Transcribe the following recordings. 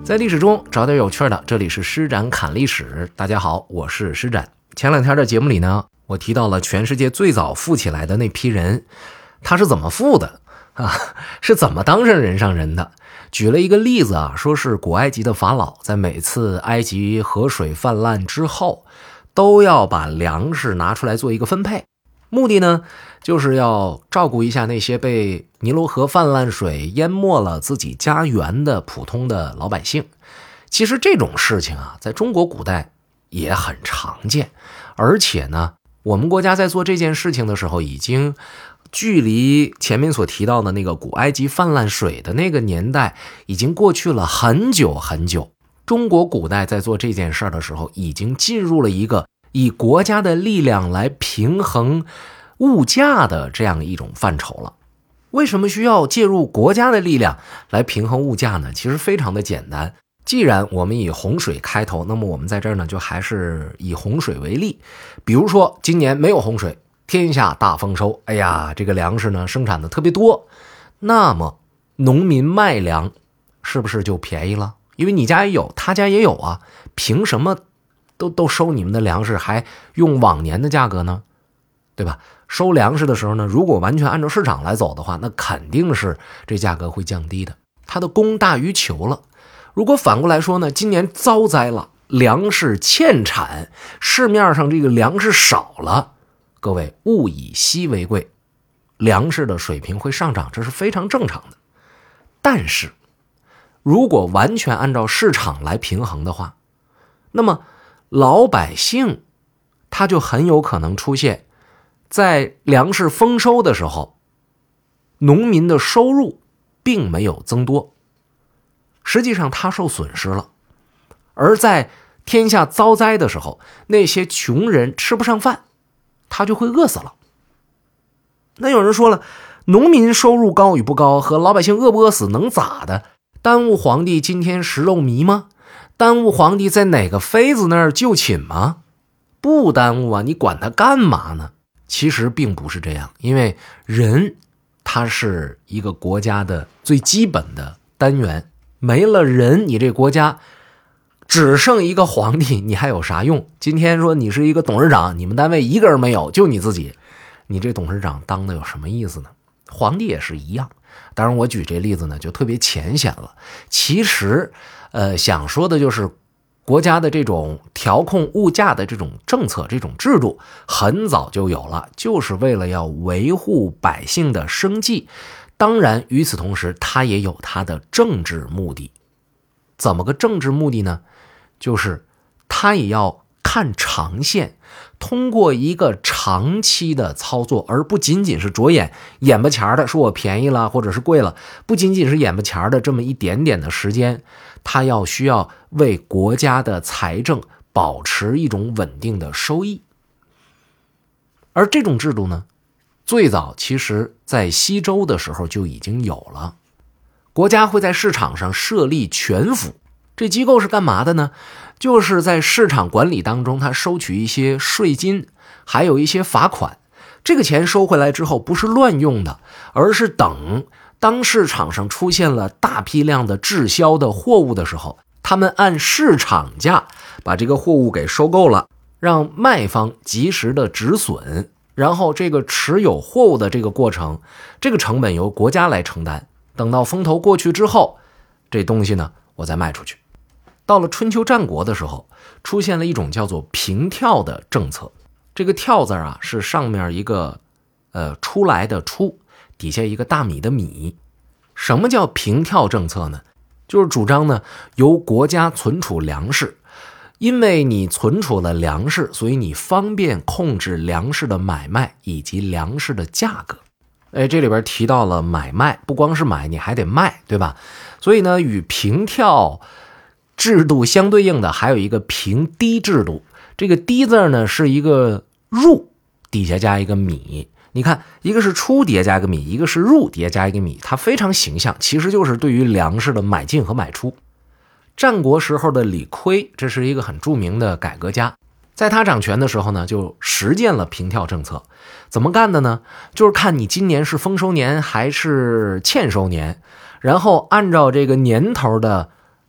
在历史中找点有趣的，这里是施展侃历史。大家好，我是施展。前两天的节目里呢，我提到了全世界最早富起来的那批人，他是怎么富的啊？是怎么当上人上人的？举了一个例子啊，说是古埃及的法老在每次埃及河水泛滥之后，都要把粮食拿出来做一个分配，目的呢就是要照顾一下那些被尼罗河泛滥水淹没了自己家园的普通的老百姓。其实这种事情啊，在中国古代也很常见，而且呢，我们国家在做这件事情的时候，已经距离前面所提到的那个古埃及泛滥水的那个年代已经过去了很久很久。中国古代在做这件事的时候，已经进入了一个以国家的力量来平衡物价的这样一种范畴了。为什么需要介入国家的力量来平衡物价呢？其实非常的简单。既然我们以洪水开头，那么我们在这儿呢，就还是以洪水为例。比如说今年没有洪水，天下大丰收，哎呀，这个粮食呢生产的特别多，那么农民卖粮是不是就便宜了？因为你家也有，他家也有啊，凭什么都收你们的粮食，还用往年的价格呢？对吧？收粮食的时候呢，如果完全按照市场来走的话，那肯定是这价格会降低的，它的供大于求了。如果反过来说呢，今年遭灾了，粮食欠产，市面上这个粮食少了，各位，物以稀为贵，粮食的水平会上涨，这是非常正常的。但是如果完全按照市场来平衡的话，那么老百姓他就很有可能出现在粮食丰收的时候，农民的收入并没有增多，实际上他受损失了。而在天下遭灾的时候，那些穷人吃不上饭，他就会饿死了。那有人说了，农民收入高与不高和老百姓饿不饿死能咋的？耽误皇帝今天食肉糜吗？耽误皇帝在哪个妃子那儿就寝吗？不耽误啊，你管他干嘛呢？其实并不是这样，因为人他是一个国家的最基本的单元，没了人，你这国家只剩一个皇帝，你还有啥用？今天说你是一个董事长，你们单位一个人没有，就你自己，你这董事长当的有什么意思呢？皇帝也是一样。当然我举这例子呢就特别浅显了，其实想说的就是国家的这种调控物价的这种政策，这种制度很早就有了，就是为了要维护百姓的生计。当然与此同时，它也有它的政治目的。怎么个政治目的呢？就是它也要看长线，通过一个长期的操作，而不仅仅是着眼巴前的说我便宜了或者是贵了，不仅仅是眼巴前的这么一点点的时间，它需要为国家的财政保持一种稳定的收益。而这种制度呢，最早其实在西周的时候就已经有了。国家会在市场上设立权府，这机构是干嘛的呢？就是在市场管理当中，它收取一些税金，还有一些罚款。这个钱收回来之后不是乱用的，而是当市场上出现了大批量的滞销的货物的时候，他们按市场价把这个货物给收购了，让卖方及时的止损，然后这个持有货物的这个过程，这个成本由国家来承担。等到风头过去之后，这东西呢我再卖出去。到了春秋战国的时候，出现了一种叫做平跳的政策。这个跳字啊，是上面一个出来的出，底下一个大米的米。什么叫平跳政策呢？就是主张呢由国家存储粮食，因为你存储了粮食，所以你方便控制粮食的买卖以及粮食的价格。这里边提到了买卖，不光是买，你还得卖，对吧？所以呢，与平跳制度相对应的还有一个平低制度。这个低字呢是一个入底下加一个米，你看一个是出底下加一个米，一个是入底下加一个米，它非常形象，其实就是对于粮食的买进和买出。战国时候的李悝，这是一个很著名的改革家，在他掌权的时候呢，就实践了平跳政策。怎么干的呢？就是看你今年是丰收年还是欠收年，然后按照这个年头的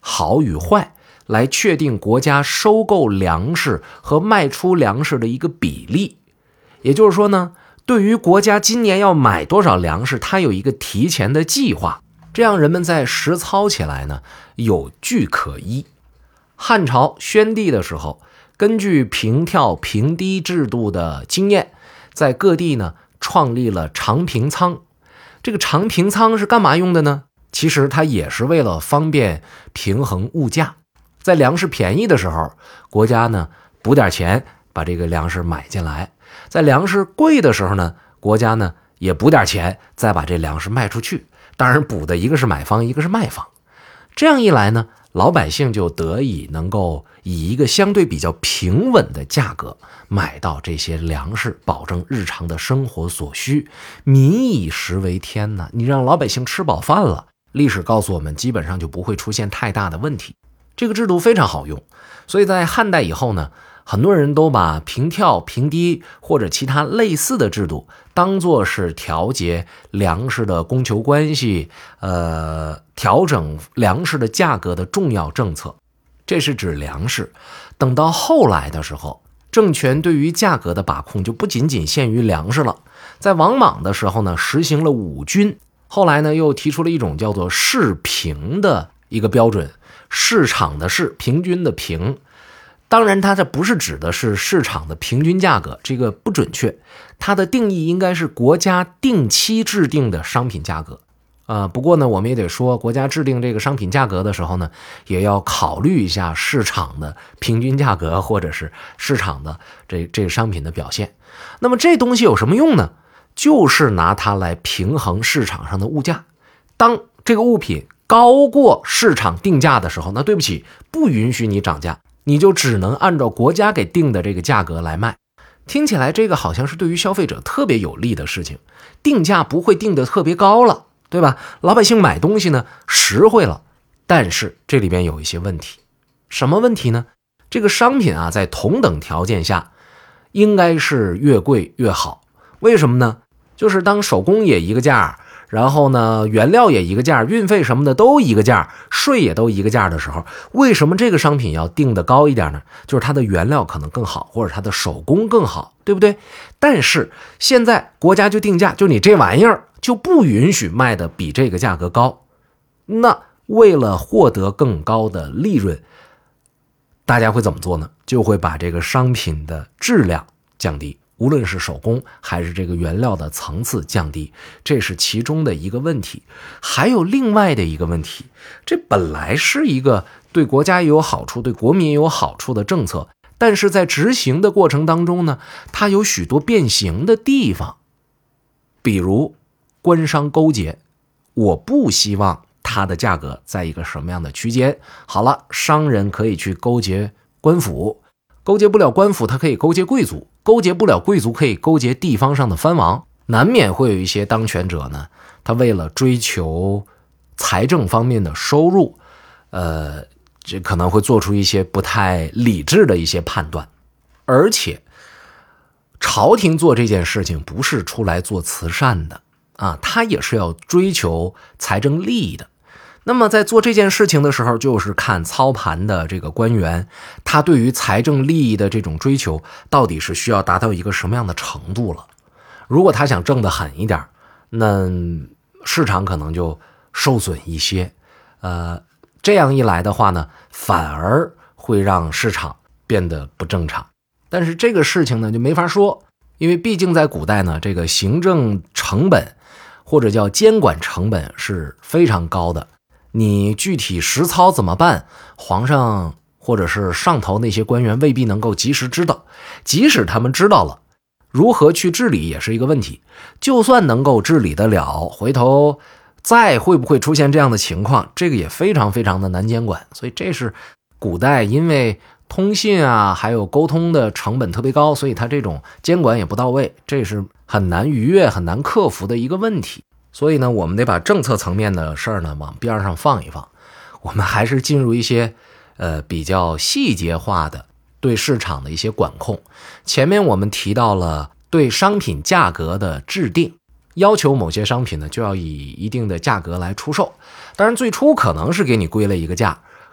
好与坏，来确定国家收购粮食和卖出粮食的一个比例。也就是说呢，对于国家今年要买多少粮食，它有一个提前的计划，这样人们在实操起来呢有据可依。汉朝宣帝的时候，根据平跳平低制度的经验，在各地呢创立了长平仓。这个长平仓是干嘛用的呢？其实它也是为了方便平衡物价，在粮食便宜的时候，国家呢补点钱把这个粮食买进来，在粮食贵的时候呢，国家呢也补点钱再把这粮食卖出去。当然补的一个是买方，一个是卖方。这样一来呢，老百姓就得以能够以一个相对比较平稳的价格买到这些粮食，保证日常的生活所需。民以食为天呢，你让老百姓吃饱饭了，历史告诉我们基本上就不会出现太大的问题。这个制度非常好用，所以在汉代以后呢，很多人都把平跳平低或者其他类似的制度当作是调节粮食的供求关系，调整粮食的价格的重要政策。这是指粮食。等到后来的时候，政权对于价格的把控就不仅仅限于粮食了。在王莽的时候呢，实行了五均，后来呢又提出了一种叫做市平的一个标准，市场的市，平均的平。当然它这不是指的是市场的平均价格，这个不准确，它的定义应该是国家定期制定的商品价格。不过呢，我们也得说，国家制定这个商品价格的时候呢，也要考虑一下市场的平均价格，或者是市场的这个商品的表现。那么这东西有什么用呢？就是拿它来平衡市场上的物价。当这个物品高过市场定价的时候，那对不起，不允许你涨价，你就只能按照国家给定的这个价格来卖。听起来这个好像是对于消费者特别有利的事情，定价不会定得特别高了，对吧？老百姓买东西呢实惠了。但是这里边有一些问题。什么问题呢？这个商品啊，在同等条件下应该是越贵越好。为什么呢？就是当手工也一个价，然后呢原料也一个价，运费什么的都一个价，税也都一个价的时候，为什么这个商品要定得高一点呢？就是它的原料可能更好，或者它的手工更好，对不对？但是现在国家就定价，就你这玩意儿就不允许卖的比这个价格高。那为了获得更高的利润，大家会怎么做呢？就会把这个商品的质量降低，无论是手工还是这个原料的层次降低，这是其中的一个问题。还有另外的一个问题，这本来是一个对国家也有好处，对国民也有好处的政策，但是在执行的过程当中呢，它有许多变形的地方。比如官商勾结，我不希望它的价格在一个什么样的区间。好了，商人可以去勾结官府，勾结不了官府，他可以勾结贵族，勾结不了贵族，可以勾结地方上的藩王。难免会有一些当权者呢，他为了追求财政方面的收入，这可能会做出一些不太理智的一些判断。而且朝廷做这件事情不是出来做慈善的啊，他也是要追求财政利益的。那么在做这件事情的时候，就是看操盘的这个官员，他对于财政利益的这种追求到底是需要达到一个什么样的程度了。如果他想挣得狠一点，那市场可能就受损一些。这样一来的话呢，反而会让市场变得不正常。但是这个事情呢就没法说，因为毕竟在古代呢，这个行政成本或者叫监管成本是非常高的。你具体实操怎么办，皇上或者是上头那些官员未必能够及时知道，即使他们知道了，如何去治理也是一个问题。就算能够治理得了，回头再会不会出现这样的情况，这个也非常非常的难监管。所以这是古代因为通信啊还有沟通的成本特别高，所以它这种监管也不到位，这是很难逾越很难克服的一个问题。所以呢，我们得把政策层面的事儿呢往边上放一放，我们还是进入一些比较细节化的对市场的一些管控。前面我们提到了对商品价格的制定，要求某些商品呢就要以一定的价格来出售。当然最初可能是给你归了一个价，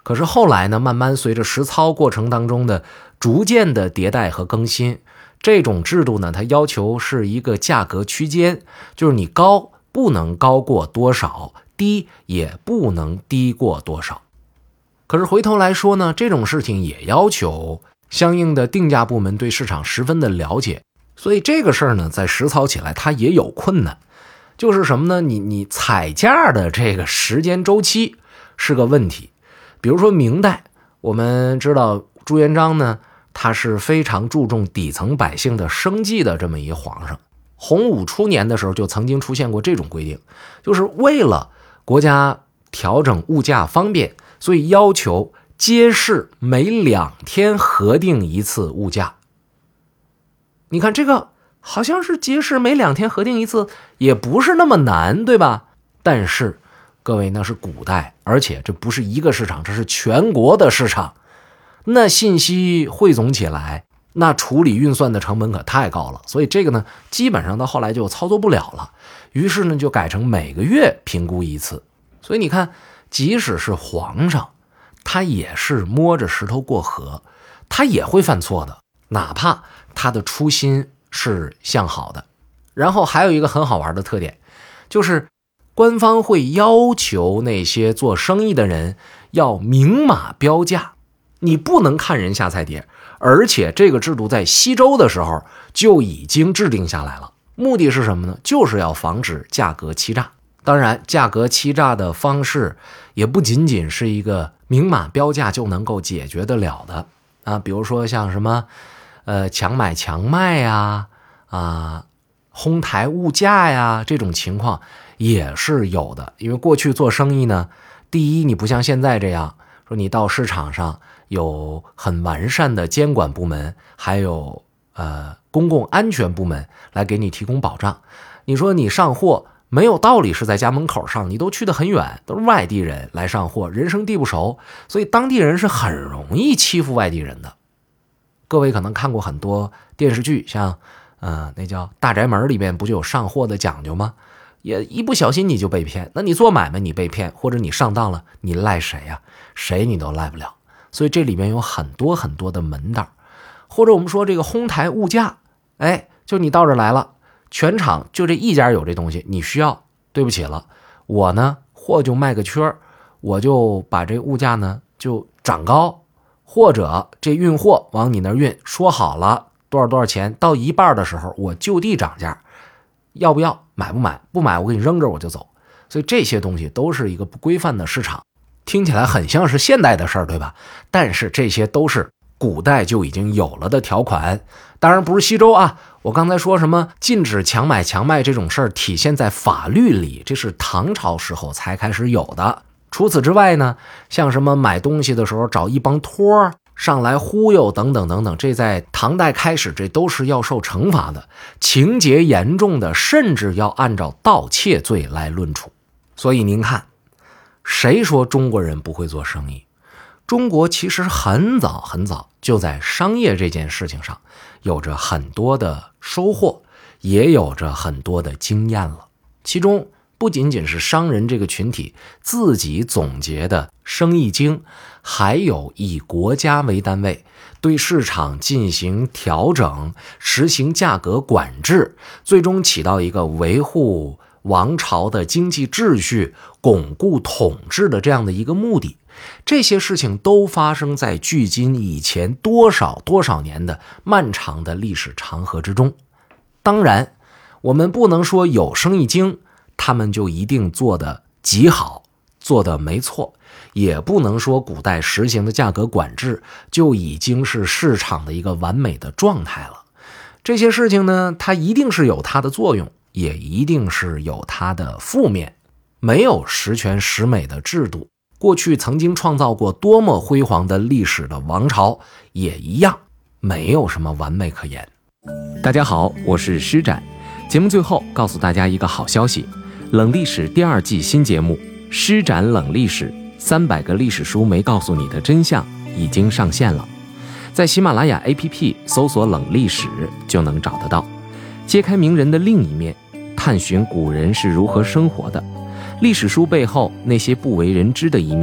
可是后来呢，慢慢随着实操过程当中的逐渐的迭代和更新，这种制度呢，它要求是一个价格区间，就是你高不能高过多少，低也不能低过多少。可是回头来说呢，这种事情也要求相应的定价部门对市场十分的了解，所以这个事儿呢，在实操起来它也有困难。就是什么呢？你采价的这个时间周期是个问题。比如说明代，我们知道朱元璋呢，他是非常注重底层百姓的生计的这么一个皇上。洪武初年的时候就曾经出现过这种规定，就是为了国家调整物价方便，所以要求街市每2天核定一次物价。你看这个好像是街市每2天核定一次，也不是那么难，对吧？但是各位，那是古代，而且这不是一个市场，这是全国的市场，那信息汇总起来，那处理运算的成本可太高了，所以这个呢，基本上到后来就操作不了了。于是呢，就改成每个月评估一次。所以你看，即使是皇上，他也是摸着石头过河，他也会犯错的，哪怕他的初心是向好的。然后还有一个很好玩的特点，就是官方会要求那些做生意的人要明码标价，你不能看人下菜碟。而且这个制度在西周的时候就已经制定下来了，目的是什么呢？就是要防止价格欺诈。当然，价格欺诈的方式也不仅仅是一个明码标价就能够解决得了的啊，比如说像什么强买强卖呀，哄抬物价呀，这种情况也是有的。因为过去做生意呢，第一，你不像现在这样说，你到市场上有很完善的监管部门，还有公共安全部门来给你提供保障。你说你上货没有道理是在家门口上，你都去得很远，都是外地人来上货，人生地不熟，所以当地人是很容易欺负外地人的。各位可能看过很多电视剧，像那叫《大宅门》里面不就有上货的讲究吗？也一不小心你就被骗，那你做买卖你被骗，或者你上当了，你赖谁呀？谁你都赖不了。所以这里面有很多很多的门道。或者我们说这个哄抬物价，就你到这来了，全场就这一家有这东西，你需要，对不起了，我呢货就卖个缺，我就把这物价呢就涨高，或者这运货往你那儿运，说好了多少钱，到一半的时候我就地涨价，要不要买不买？不买我给你扔这我就走。所以这些东西都是一个不规范的市场，听起来很像是现代的事儿，对吧？但是这些都是古代就已经有了的条款，当然不是西周啊。我刚才说什么禁止强买强卖这种事儿体现在法律里，这是唐朝时候才开始有的。除此之外呢，像什么买东西的时候找一帮托上来忽悠等等等等，这在唐代开始这都是要受惩罚的，情节严重的甚至要按照盗窃罪来论处。所以您看，谁说中国人不会做生意？中国其实很早很早就在商业这件事情上有着很多的收获，也有着很多的经验了。其中不仅仅是商人这个群体自己总结的生意经，还有以国家为单位对市场进行调整，实行价格管制，最终起到一个维护王朝的经济秩序、巩固统治的这样的一个目的。这些事情都发生在距今以前多少年的漫长的历史长河之中。当然，我们不能说有生意经他们就一定做得极好，做得没错，也不能说古代实行的价格管制就已经是市场的一个完美的状态了。这些事情呢，它一定是有它的作用，也一定是有它的负面。没有十全十美的制度，过去曾经创造过多么辉煌的历史的王朝也一样，没有什么完美可言。 大家好，我是施展。节目最后告诉大家一个好消息，冷历史第2季新节目施展冷历史300个历史书没告诉你的真相已经上线了，在喜马拉雅 APP 搜索冷历史就能找得到。揭开名人的另一面，探寻古人是如何生活的，历史书背后那些不为人知的一面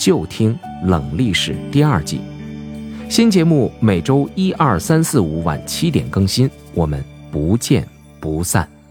就听冷历史第2季。新节目每周1、2、3、4、5晚7点更新，我们不见不散。